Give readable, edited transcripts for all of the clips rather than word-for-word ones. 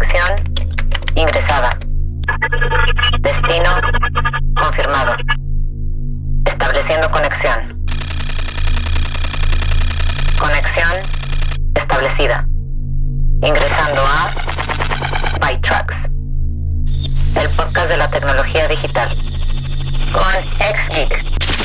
Conexión ingresada. Destino confirmado. Estableciendo conexión. Conexión establecida. Ingresando a ByteTracks, el podcast de la tecnología digital, con XGeek.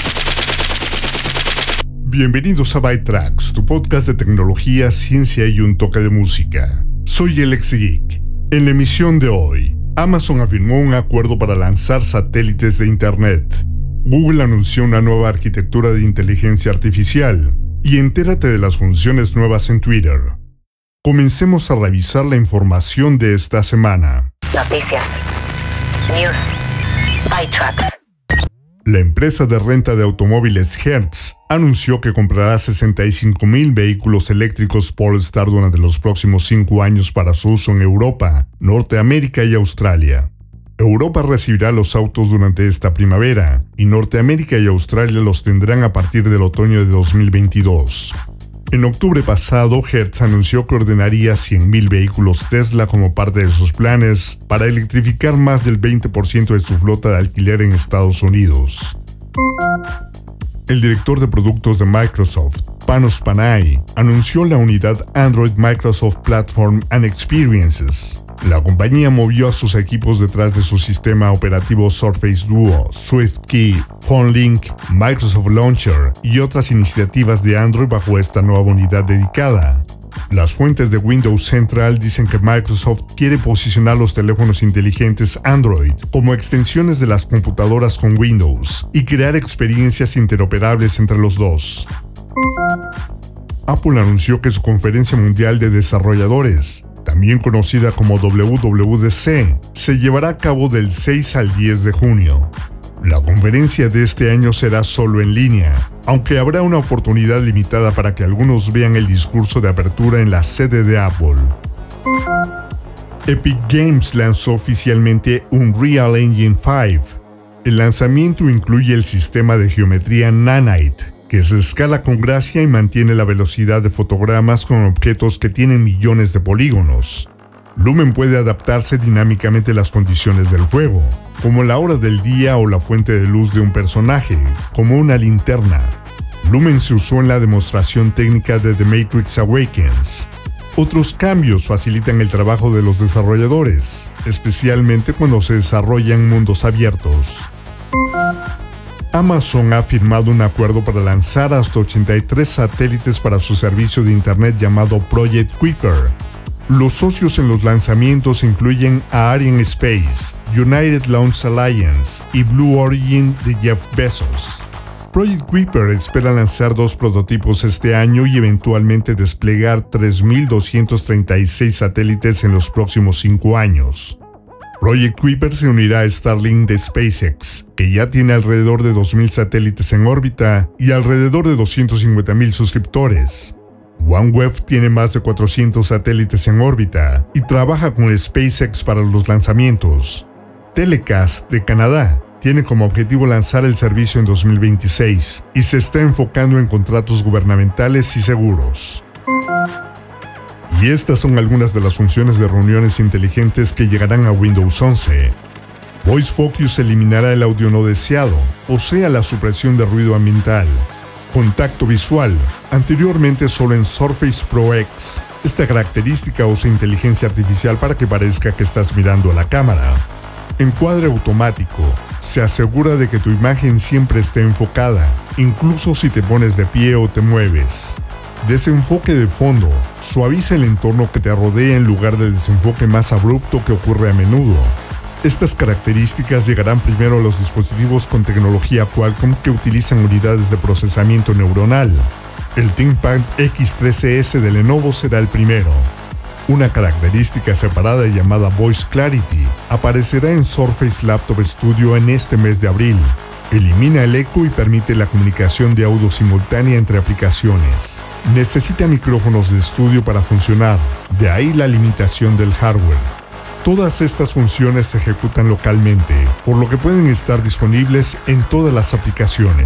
Bienvenidos a ByteTracks, tu podcast de tecnología, ciencia y un toque de música. Soy el XGeek. En la emisión de hoy, Amazon afirmó un acuerdo para lanzar satélites de Internet. Google anunció una nueva arquitectura de inteligencia artificial. Y entérate de las funciones nuevas en Twitter. Comencemos a revisar la información de esta semana. Noticias. News. ByteTracks. La empresa de renta de automóviles Hertz anunció que comprará 65,000 vehículos eléctricos Polestar durante los próximos 5 años para su uso en Europa, Norteamérica y Australia. Europa recibirá los autos durante esta primavera y Norteamérica y Australia los tendrán a partir del otoño de 2022. En octubre pasado, Hertz anunció que ordenaría 100,000 vehículos Tesla como parte de sus planes para electrificar más del 20% de su flota de alquiler en Estados Unidos. El director de productos de Microsoft, Panos Panay, anunció la unidad Android Microsoft Platform and Experiences. La compañía movió a sus equipos detrás de su sistema operativo Surface Duo, SwiftKey, PhoneLink, Microsoft Launcher y otras iniciativas de Android bajo esta nueva unidad dedicada. Las fuentes de Windows Central dicen que Microsoft quiere posicionar los teléfonos inteligentes Android como extensiones de las computadoras con Windows y crear experiencias interoperables entre los dos. Apple anunció que su conferencia mundial de desarrolladores, también conocida como WWDC, se llevará a cabo del 6 al 10 de junio. La conferencia de este año será solo en línea, aunque habrá una oportunidad limitada para que algunos vean el discurso de apertura en la sede de Apple. Epic Games lanzó oficialmente Unreal Engine 5. El lanzamiento incluye el sistema de geometría Nanite, que se escala con gracia y mantiene la velocidad de fotogramas con objetos que tienen millones de polígonos. Lumen puede adaptarse dinámicamente a las condiciones del juego, como la hora del día o la fuente de luz de un personaje, como una linterna. Lumen se usó en la demostración técnica de The Matrix Awakens. Otros cambios facilitan el trabajo de los desarrolladores, especialmente cuando se desarrollan mundos abiertos. Amazon ha firmado un acuerdo para lanzar hasta 83 satélites para su servicio de Internet llamado Project Kuiper. Los socios en los lanzamientos incluyen a Arianespace, United Launch Alliance y Blue Origin de Jeff Bezos. Project Kuiper espera lanzar 2 prototipos este año y eventualmente desplegar 3,236 satélites en los próximos 5 años. Project Kuiper se unirá a Starlink de SpaceX, que ya tiene alrededor de 2,000 satélites en órbita y alrededor de 250,000 suscriptores. OneWeb tiene más de 400 satélites en órbita y trabaja con SpaceX para los lanzamientos. Telecast de Canadá tiene como objetivo lanzar el servicio en 2026 y se está enfocando en contratos gubernamentales y seguros. Y estas son algunas de las funciones de reuniones inteligentes que llegarán a Windows 11. Voice Focus eliminará el audio no deseado, o sea, la supresión de ruido ambiental. Contacto visual, anteriormente solo en Surface Pro X. Esta característica usa inteligencia artificial para que parezca que estás mirando a la cámara. Encuadre automático, se asegura de que tu imagen siempre esté enfocada, incluso si te pones de pie o te mueves. Desenfoque de fondo, suaviza el entorno que te rodea en lugar del desenfoque más abrupto que ocurre a menudo. Estas características llegarán primero a los dispositivos con tecnología Qualcomm que utilizan unidades de procesamiento neuronal. El ThinkPad X13S de Lenovo será el primero. Una característica separada llamada Voice Clarity aparecerá en Surface Laptop Studio en este mes de abril. Elimina el eco y permite la comunicación de audio simultánea entre aplicaciones. Necesita micrófonos de estudio para funcionar, de ahí la limitación del hardware. Todas estas funciones se ejecutan localmente, por lo que pueden estar disponibles en todas las aplicaciones.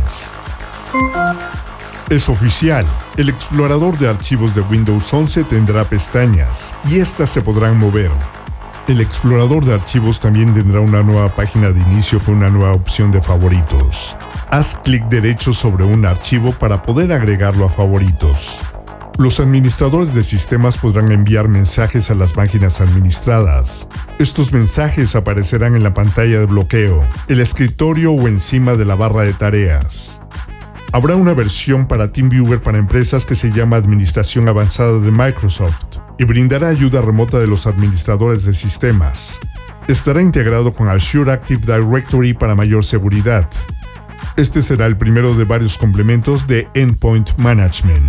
Es oficial, el explorador de archivos de Windows 11 tendrá pestañas, y estas se podrán mover. El explorador de archivos también tendrá una nueva página de inicio con una nueva opción de favoritos. Haz clic derecho sobre un archivo para poder agregarlo a favoritos. Los administradores de sistemas podrán enviar mensajes a las máquinas administradas. Estos mensajes aparecerán en la pantalla de bloqueo, el escritorio o encima de la barra de tareas. Habrá una versión para TeamViewer para empresas que se llama Administración Avanzada de Microsoft y brindará ayuda remota de los administradores de sistemas. Estará integrado con Azure Active Directory para mayor seguridad. Este será el primero de varios complementos de Endpoint Management.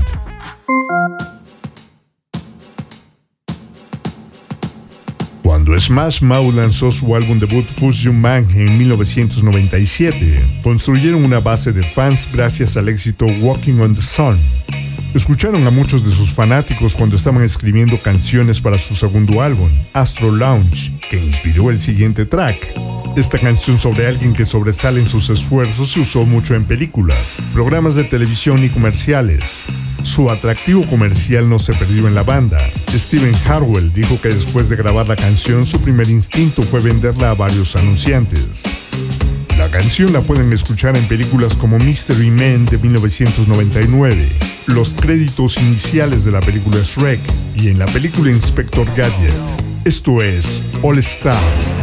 Cuando Smash Mouth lanzó su álbum debut Fusion Man en 1997, construyeron una base de fans gracias al éxito Walking on the Sun. Escucharon a muchos de sus fanáticos cuando estaban escribiendo canciones para su segundo álbum, Astro Lounge, que inspiró el siguiente track. Esta canción sobre alguien que sobresale en sus esfuerzos se usó mucho en películas, programas de televisión y comerciales. Su atractivo comercial no se perdió en la banda. Steven Harwell dijo que después de grabar la canción, su primer instinto fue venderla a varios anunciantes. La canción la pueden escuchar en películas como Mystery Men de 1999, los créditos iniciales de la película Shrek y en la película Inspector Gadget. Esto es All Star.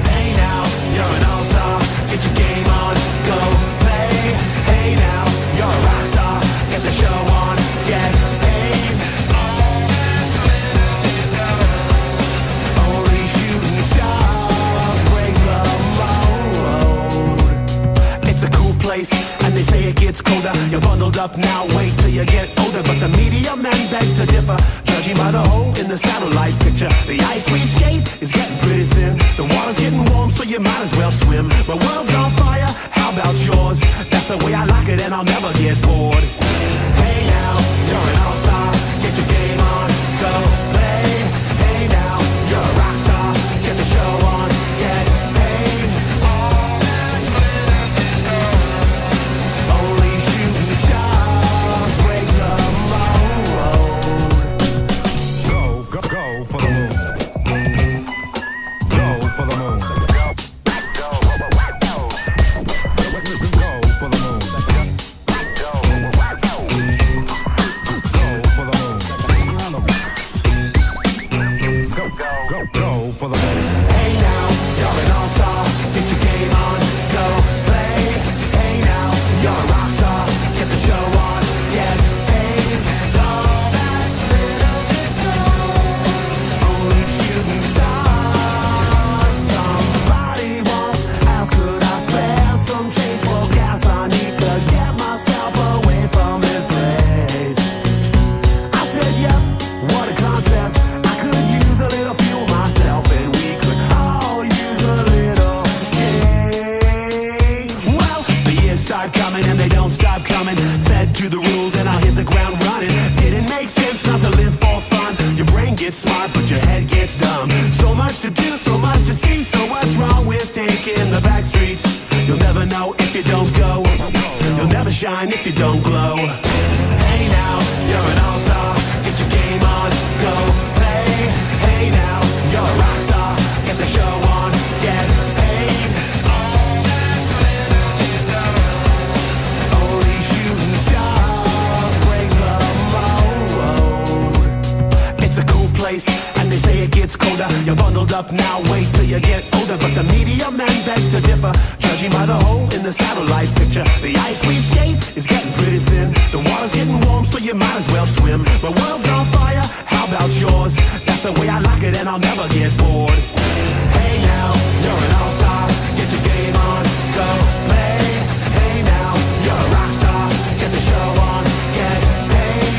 And they say it gets colder. You're bundled up now, wait till you get older. But the media men beg to differ, judging by the hole in the satellite picture. The ice we skate is getting pretty thin. The water's getting warm, so you might as well swim. My world's on fire, how about yours? That's the way I like it, and I'll never get bored. Hey now, you're an all-star. Get your game on, go play. Hey now, you're a rock star. Get the show on, get paid. Only shooting stars break the mold. Go for the moon. Go for the moon. For the hey now, you're an all-star. Get your game on, go play. Hey now, you're a rock star. Get the show on, get paid. All that glitters is gold. Only shooting stars. Somebody once asked, could I spare some change for gas? I need to get myself away from this place. I said, yep, what a concept. I could use a little fuel myself, and we could all use a little change. Well, the years start coming and they don't stop coming. Fed to the rules and I'll hit the ground running. Didn't make sense not to live for fun. Your brain gets smart but your head gets dumb. So much to do, so much to see. So what's wrong with taking the back streets? You'll never know if you don't go. You'll never shine if you don't glow. Hey now, you're an all-star. Get your game on, go play. Hey now, you're a rock star. Get the show on, get paid. Only shooting stars break the mold. It's a cool place, and they say it gets colder. You're bundled up now, wait till you get older. But the media men beg to differ, judging by the hole in the satellite picture. The ice we skate is getting pretty thin. The water's getting warm, so you might as well swim. My world's on fire, how about yours? That's the way I like it, and I'll never get bored. Hey now, you're an all-star. Get your game on, go play. Hey now, you're a rock star. Get the show on, get paid.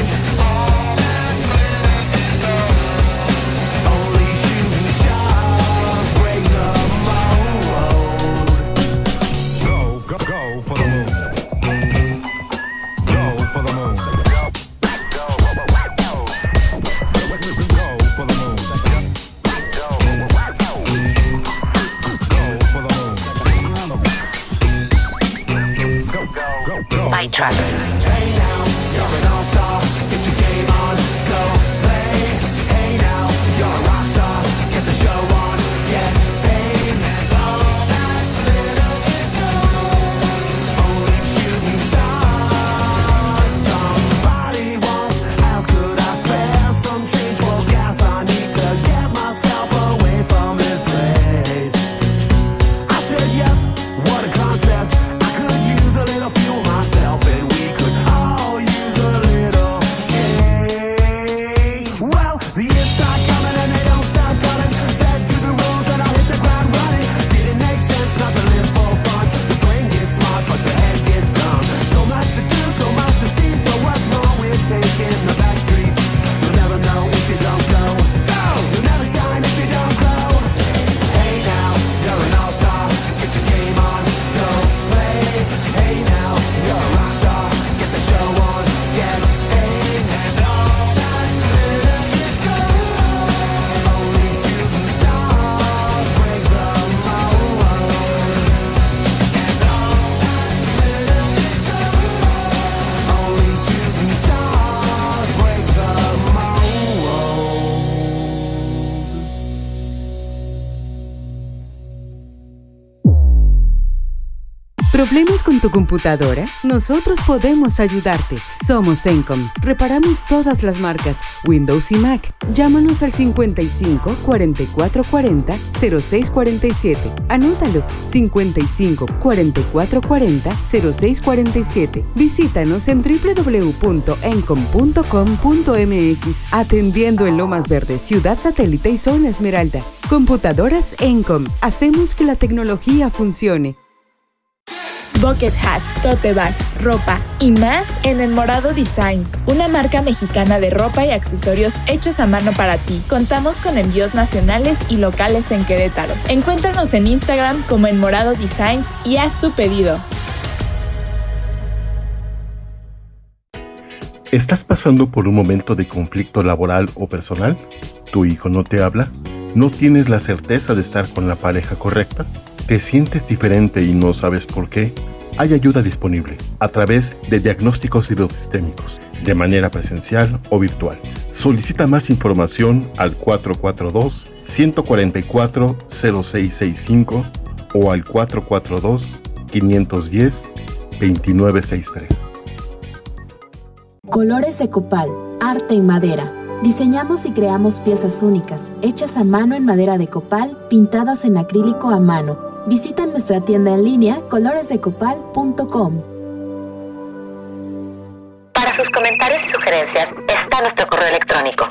Only shooting stars break the mold. Go for the moon. Go for the moon. By Tracks. Hey now, you're an all-star. Get your game on, go play. Hey now, you're a rock star. Get the show on, get ¿Problemas con tu computadora? Nosotros podemos ayudarte. Somos Encom. Reparamos todas las marcas, Windows y Mac. Llámanos al 55 44 40 06 47. Anótalo, 55 44 40 06 47. Visítanos en www.encom.com.mx. Atendiendo en Lomas Verdes, Ciudad Satélite y Zona Esmeralda. Computadoras Encom. Hacemos que la tecnología funcione. Bucket hats, tote bags, ropa y más en El Morado Designs, una marca mexicana de ropa y accesorios hechos a mano para ti. Contamos con envíos nacionales y locales en Querétaro. Encuéntranos en Instagram como El Morado Designs y haz tu pedido. ¿Estás pasando por un momento de conflicto laboral o personal? ¿Tu hijo no te habla? ¿No tienes la certeza de estar con la pareja correcta? ¿Te sientes diferente y no sabes por qué? Hay ayuda disponible a través de diagnósticos psicosistémicos, de manera presencial o virtual. Solicita más información al 442-144-0665 o al 442-510-2963. Colores de Copal, arte en madera. Diseñamos y creamos piezas únicas, hechas a mano en madera de copal, pintadas en acrílico a mano. Visita nuestra tienda en línea coloresdecopal.com. Para sus comentarios y sugerencias está nuestro correo electrónico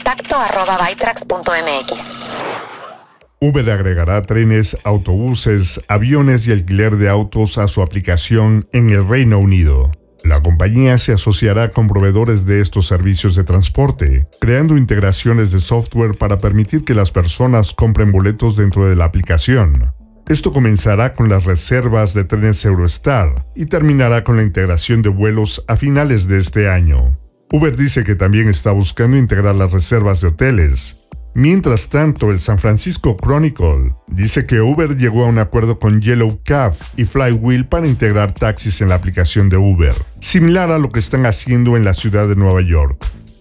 contacto@bytrax.mx. Uber agregará trenes, autobuses, aviones y alquiler de autos a su aplicación en el Reino Unido. La compañía se asociará con proveedores de estos servicios de transporte, creando integraciones de software para permitir que las personas compren boletos dentro de la aplicación. Esto comenzará con las reservas de trenes Eurostar y terminará con la integración de vuelos a finales de este año. Uber dice que también está buscando integrar las reservas de hoteles. Mientras tanto, el San Francisco Chronicle dice que Uber llegó a un acuerdo con Yellow Cab y Flywheel para integrar taxis en la aplicación de Uber, similar a lo que están haciendo en la ciudad de Nueva York.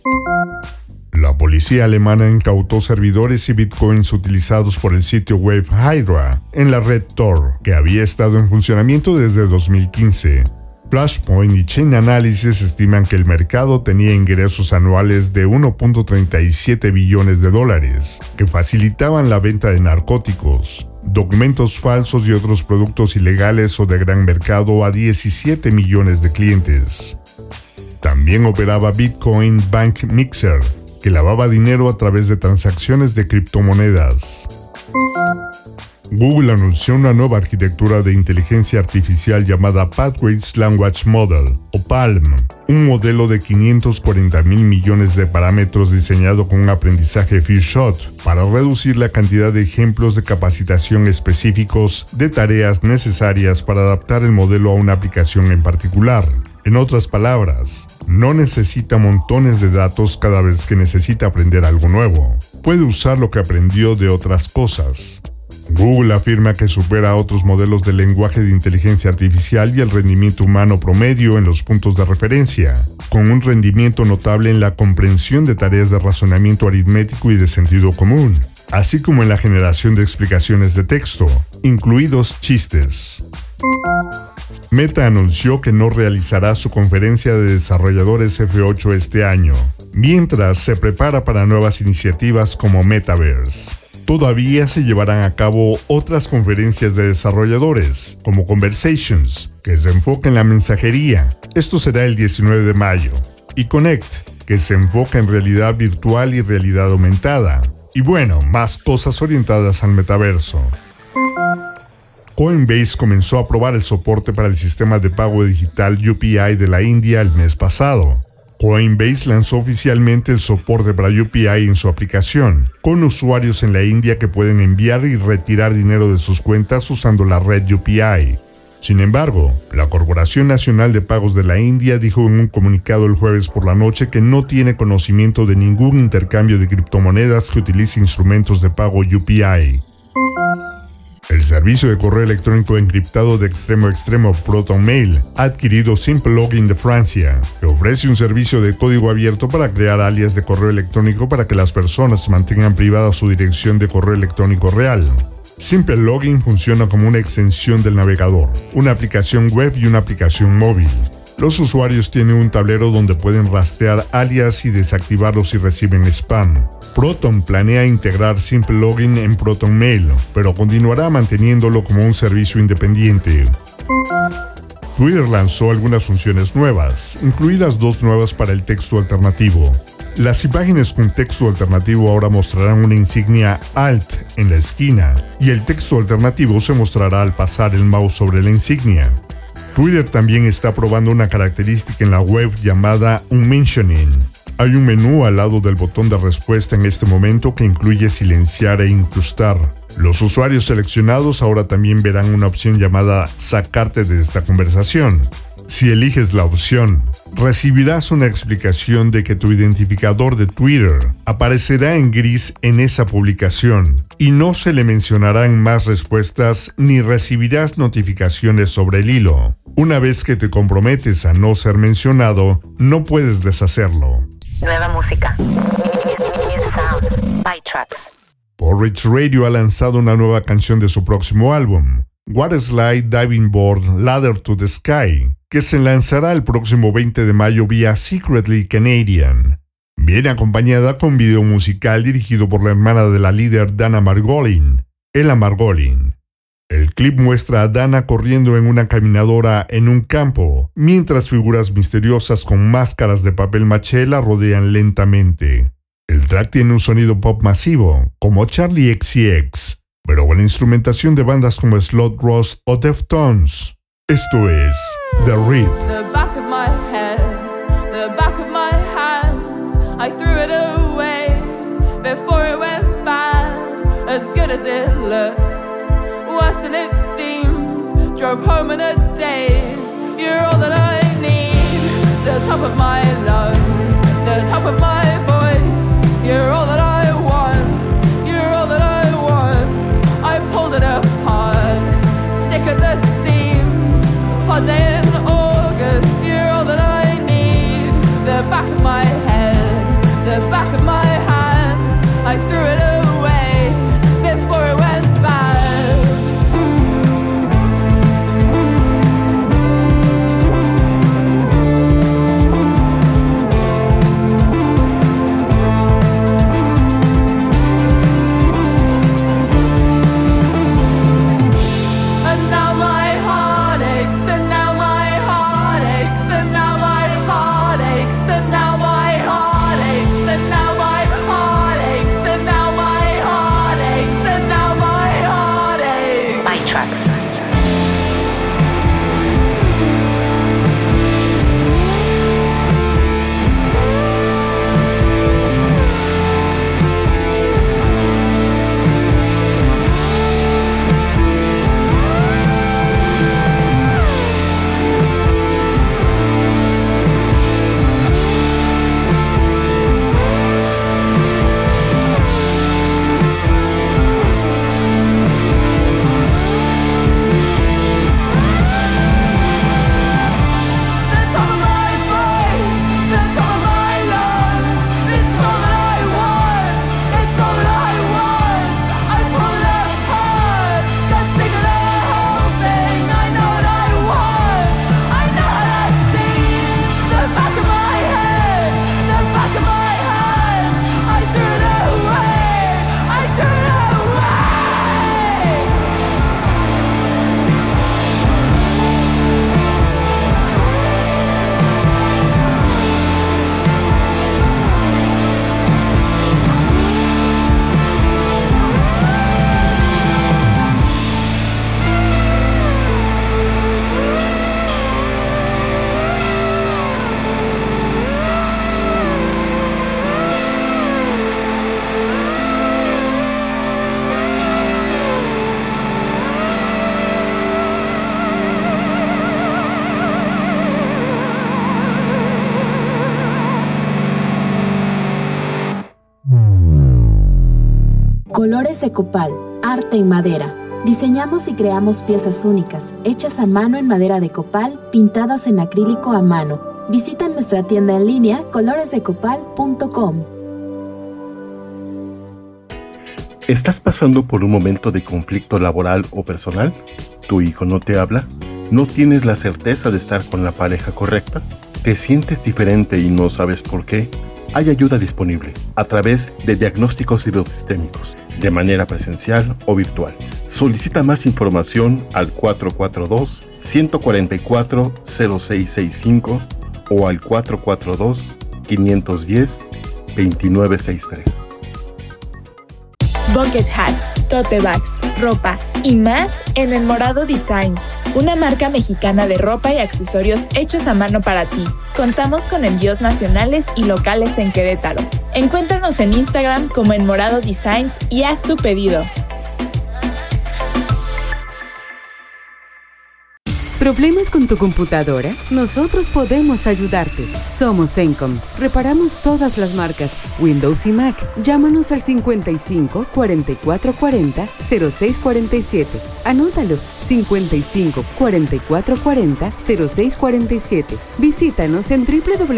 La policía alemana incautó servidores y bitcoins utilizados por el sitio web Hydra en la red Tor, que había estado en funcionamiento desde 2015. Flashpoint y Chain Analysis estiman que el mercado tenía ingresos anuales de 1.37 billones de dólares, que facilitaban la venta de narcóticos, documentos falsos y otros productos ilegales o de gran mercado a 17 millones de clientes. También operaba Bitcoin Bank Mixer, que lavaba dinero a través de transacciones de criptomonedas. Google anunció una nueva arquitectura de inteligencia artificial llamada Pathways Language Model, o PaLM, un modelo de 540,000 millones de parámetros diseñado con un aprendizaje few-shot para reducir la cantidad de ejemplos de capacitación específicos de tareas necesarias para adaptar el modelo a una aplicación en particular. En otras palabras, no necesita montones de datos cada vez que necesita aprender algo nuevo. Puede usar lo que aprendió de otras cosas. Google afirma que supera a otros modelos de lenguaje de inteligencia artificial y el rendimiento humano promedio en los puntos de referencia, con un rendimiento notable en la comprensión de tareas de razonamiento aritmético y de sentido común, así como en la generación de explicaciones de texto, incluidos chistes. Meta anunció que no realizará su conferencia de desarrolladores F8 este año, mientras se prepara para nuevas iniciativas como Metaverse. Todavía se llevarán a cabo otras conferencias de desarrolladores, como Conversations, que se enfoca en la mensajería. Esto será el 19 de mayo. Y Connect, que se enfoca en realidad virtual y realidad aumentada. Y bueno, más cosas orientadas al metaverso. Coinbase comenzó a probar el soporte para el sistema de pago digital UPI de la India el mes pasado. Coinbase lanzó oficialmente el soporte para UPI en su aplicación, con usuarios en la India que pueden enviar y retirar dinero de sus cuentas usando la red UPI. Sin embargo, la Corporación Nacional de Pagos de la India dijo en un comunicado el jueves por la noche que no tiene conocimiento de ningún intercambio de criptomonedas que utilice instrumentos de pago UPI. El servicio de correo electrónico encriptado de extremo a extremo ProtonMail ha adquirido SimpleLogin de Francia, que ofrece un servicio de código abierto para crear alias de correo electrónico para que las personas mantengan privada su dirección de correo electrónico real. Simple Login funciona como una extensión del navegador, una aplicación web y una aplicación móvil. Los usuarios tienen un tablero donde pueden rastrear alias y desactivarlos si reciben spam. Proton planea integrar Simple Login en Proton Mail, pero continuará manteniéndolo como un servicio independiente. Twitter lanzó algunas funciones nuevas, incluidas 2 nuevas para el texto alternativo. Las imágenes con texto alternativo ahora mostrarán una insignia Alt en la esquina, y el texto alternativo se mostrará al pasar el mouse sobre la insignia. Twitter también está probando una característica en la web llamada Unmentioning. Hay un menú al lado del botón de respuesta en este momento que incluye silenciar e incrustar. Los usuarios seleccionados ahora también verán una opción llamada Sacarte de esta conversación. Si eliges la opción, recibirás una explicación de que tu identificador de Twitter aparecerá en gris en esa publicación y no se le mencionarán más respuestas ni recibirás notificaciones sobre el hilo. Una vez que te comprometes a no ser mencionado, no puedes deshacerlo. Nueva música. New sounds. By Tracks. Porridge Radio ha lanzado una nueva canción de su próximo álbum, Water Slide Diving Board Ladder to the Sky, que se lanzará el próximo 20 de mayo vía Secretly Canadian. Viene acompañada con un video musical dirigido por la hermana de la líder Dana Margolin, Ella Margolin. El clip muestra a Dana corriendo en una caminadora en un campo, mientras figuras misteriosas con máscaras de papel maché la rodean lentamente. El track tiene un sonido pop masivo, como Charlie XCX, pero con instrumentación de bandas como Slot Ross o Deftones. Esto es The Rip. The back of my head, the back of my hands, I threw it away before it went bad. As good as it looks, worse than it seems. Drove home in a daze, you're all that I need. The top of my lungs, the top of my voice, you're all that I want, you're all that I want. I pulled it apart, sick at the seams. Hot day in August, you're all that I need. The back of my head, the back of my hands, I threw it away before it went bad. Colores de Copal, arte en madera. Diseñamos y creamos piezas únicas, hechas a mano en madera de copal, pintadas en acrílico a mano. Visita nuestra tienda en línea coloresdecopal.com. ¿Estás pasando por un momento de conflicto laboral o personal? ¿Tu hijo no te habla? ¿No tienes la certeza de estar con la pareja correcta? ¿Te sientes diferente y no sabes por qué? Hay ayuda disponible a través de diagnósticos psicosistémicos, de manera presencial o virtual. Solicita más información al 442-144-0665 o al 442-510-2963. Bucket hats, tote bags, ropa y más en El Morado Designs, una marca mexicana de ropa y accesorios hechos a mano para ti. Contamos con envíos nacionales y locales en Querétaro. Encuéntranos en Instagram como El Morado Designs y haz tu pedido. ¿Problemas con tu computadora? Nosotros podemos ayudarte. Somos Encom. Reparamos todas las marcas, Windows y Mac. Llámanos al 55 44 40 06 47. Anótalo, 55 44 40 06 47. Visítanos en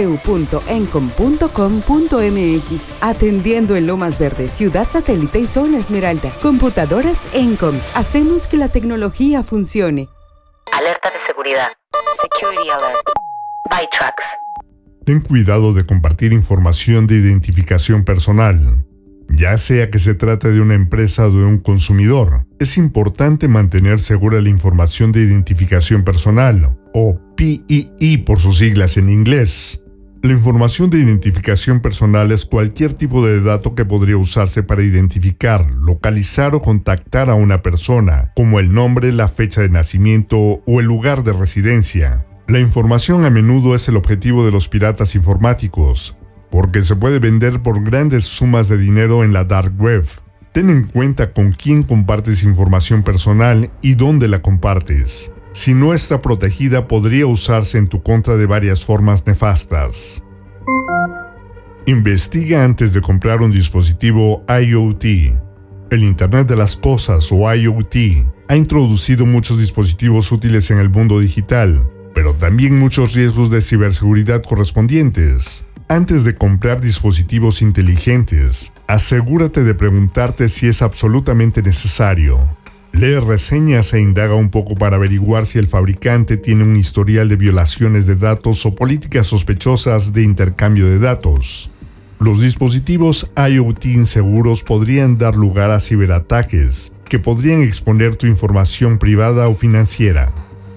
www.encom.com.mx. Atendiendo en Lomas Verdes, Ciudad Satélite y Zona Esmeralda. Computadoras Encom. Hacemos que la tecnología funcione. Alerta de seguridad. Security alert. By Trucks. Ten cuidado de compartir información de identificación personal. Ya sea que se trate de una empresa o de un consumidor, es importante mantener segura la información de identificación personal, o PII por sus siglas en inglés. La información de identificación personal es cualquier tipo de dato que podría usarse para identificar, localizar o contactar a una persona, como el nombre, la fecha de nacimiento o el lugar de residencia. La información a menudo es el objetivo de los piratas informáticos, porque se puede vender por grandes sumas de dinero en la dark web. Ten en cuenta con quién compartes información personal y dónde la compartes. Si no está protegida, podría usarse en tu contra de varias formas nefastas. Investiga antes de comprar un dispositivo IoT. El Internet de las Cosas o IoT ha introducido muchos dispositivos útiles en el mundo digital, pero también muchos riesgos de ciberseguridad correspondientes. Antes de comprar dispositivos inteligentes, asegúrate de preguntarte si es absolutamente necesario. Lee reseñas e indaga un poco para averiguar si el fabricante tiene un historial de violaciones de datos o políticas sospechosas de intercambio de datos. Los dispositivos IoT inseguros podrían dar lugar a ciberataques que podrían exponer tu información privada o financiera.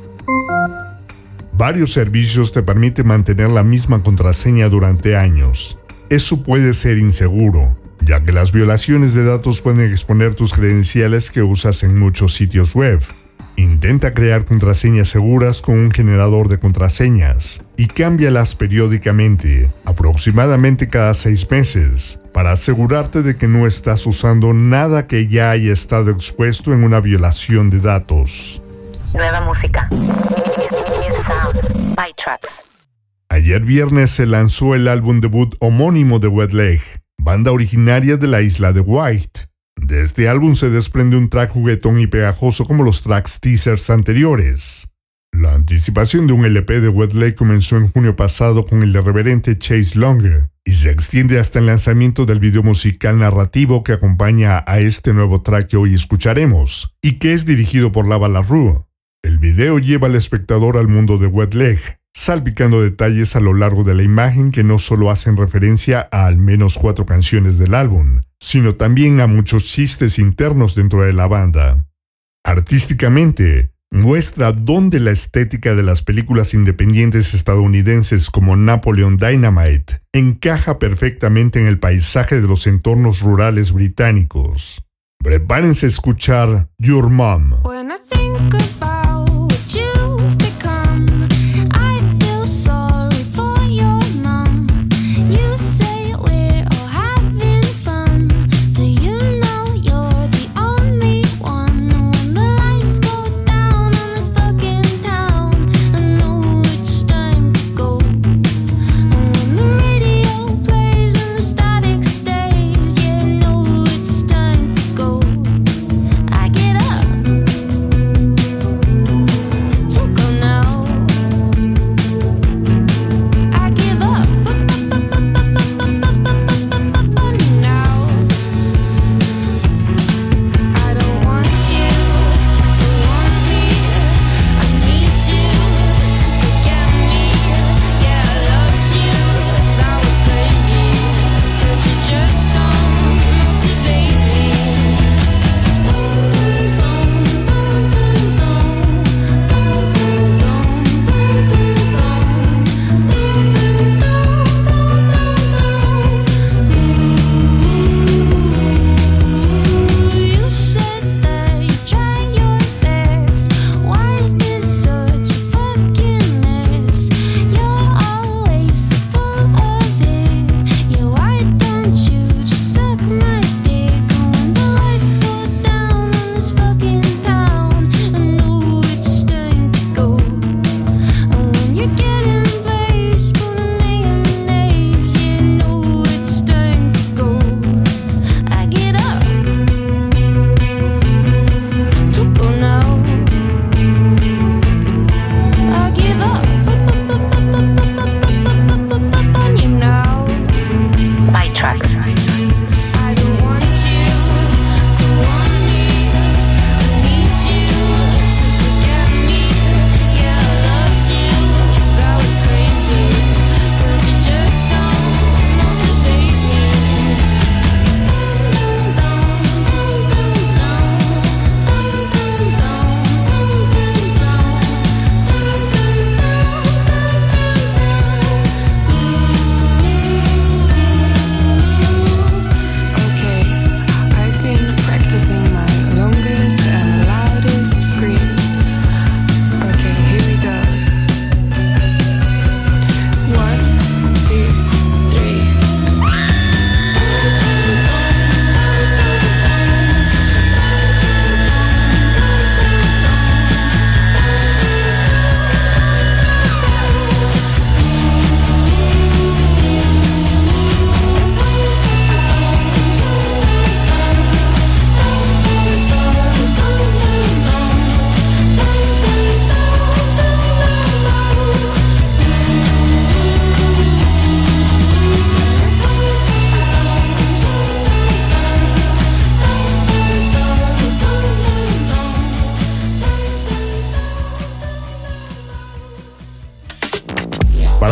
Varios servicios te permiten mantener la misma contraseña durante años. Eso puede ser inseguro, ya que las violaciones de datos pueden exponer tus credenciales que usas en muchos sitios web. Intenta crear contraseñas seguras con un generador de contraseñas y cámbialas periódicamente, aproximadamente cada 6 meses, para asegurarte de que no estás usando nada que ya haya estado expuesto en una violación de datos. Nueva música. New sounds. By Trucks. Ayer viernes se lanzó el álbum debut homónimo de Wet Leg, banda originaria de la isla de White. De este álbum se desprende un track juguetón y pegajoso como los tracks teasers anteriores. La anticipación de un LP de Wet Leg comenzó en junio pasado con el irreverente Chase Long y se extiende hasta el lanzamiento del video musical narrativo que acompaña a este nuevo track que hoy escucharemos y que es dirigido por Lava LaRue. El video lleva al espectador al mundo de Wet Leg, salpicando detalles a lo largo de la imagen que no solo hacen referencia a al menos 4 canciones del álbum, sino también a muchos chistes internos dentro de la banda. Artísticamente, muestra dónde la estética de las películas independientes estadounidenses como Napoleon Dynamite encaja perfectamente en el paisaje de los entornos rurales británicos. Prepárense a escuchar Your Mom. When I think about what you've become, I feel sorry for your mom. You say we're all having fun. Do you know you're the only one? When the lights go down on this fucking town, I know it's time to go. And when the radio plays and the static stays, yeah, I know it's time to go. I get up.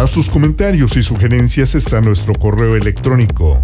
Para sus comentarios y sugerencias está nuestro correo electrónico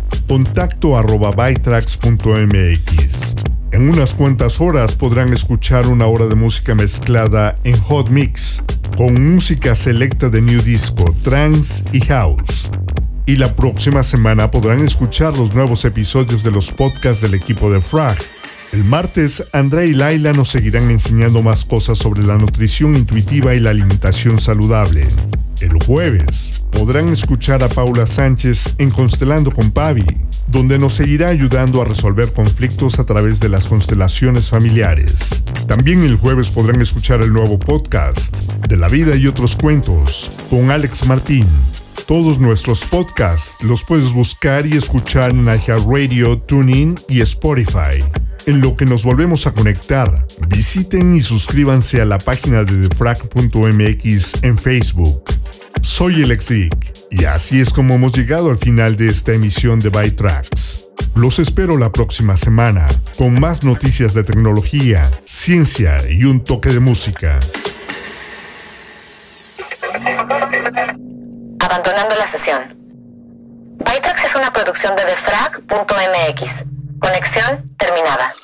contacto@bytrax.mx. En unas cuantas horas podrán escuchar una hora de música mezclada en Hot Mix, con música selecta de New Disco, Trance y House. Y la próxima semana podrán escuchar los nuevos episodios de los podcasts del equipo de Frag. El martes, Andrea y Laila nos seguirán enseñando más cosas sobre la nutrición intuitiva y la alimentación saludable. El jueves, podrán escuchar a Paula Sánchez en Constelando con Pavi, donde nos seguirá ayudando a resolver conflictos a través de las constelaciones familiares. También el jueves podrán escuchar el nuevo podcast, De la vida y otros cuentos, con Alex Martín. Todos nuestros podcasts los puedes buscar y escuchar en iHeartRadio, TuneIn y Spotify. En lo que nos volvemos a conectar, visiten y suscríbanse a la página de defrag.mx en Facebook. Soy el Exdic, y así es como hemos llegado al final de esta emisión de ByTrax. Los espero la próxima semana, con más noticias de tecnología, ciencia y un toque de música. Abandonando la sesión. ByTrax es una producción de defrag.mx. Conexión terminada.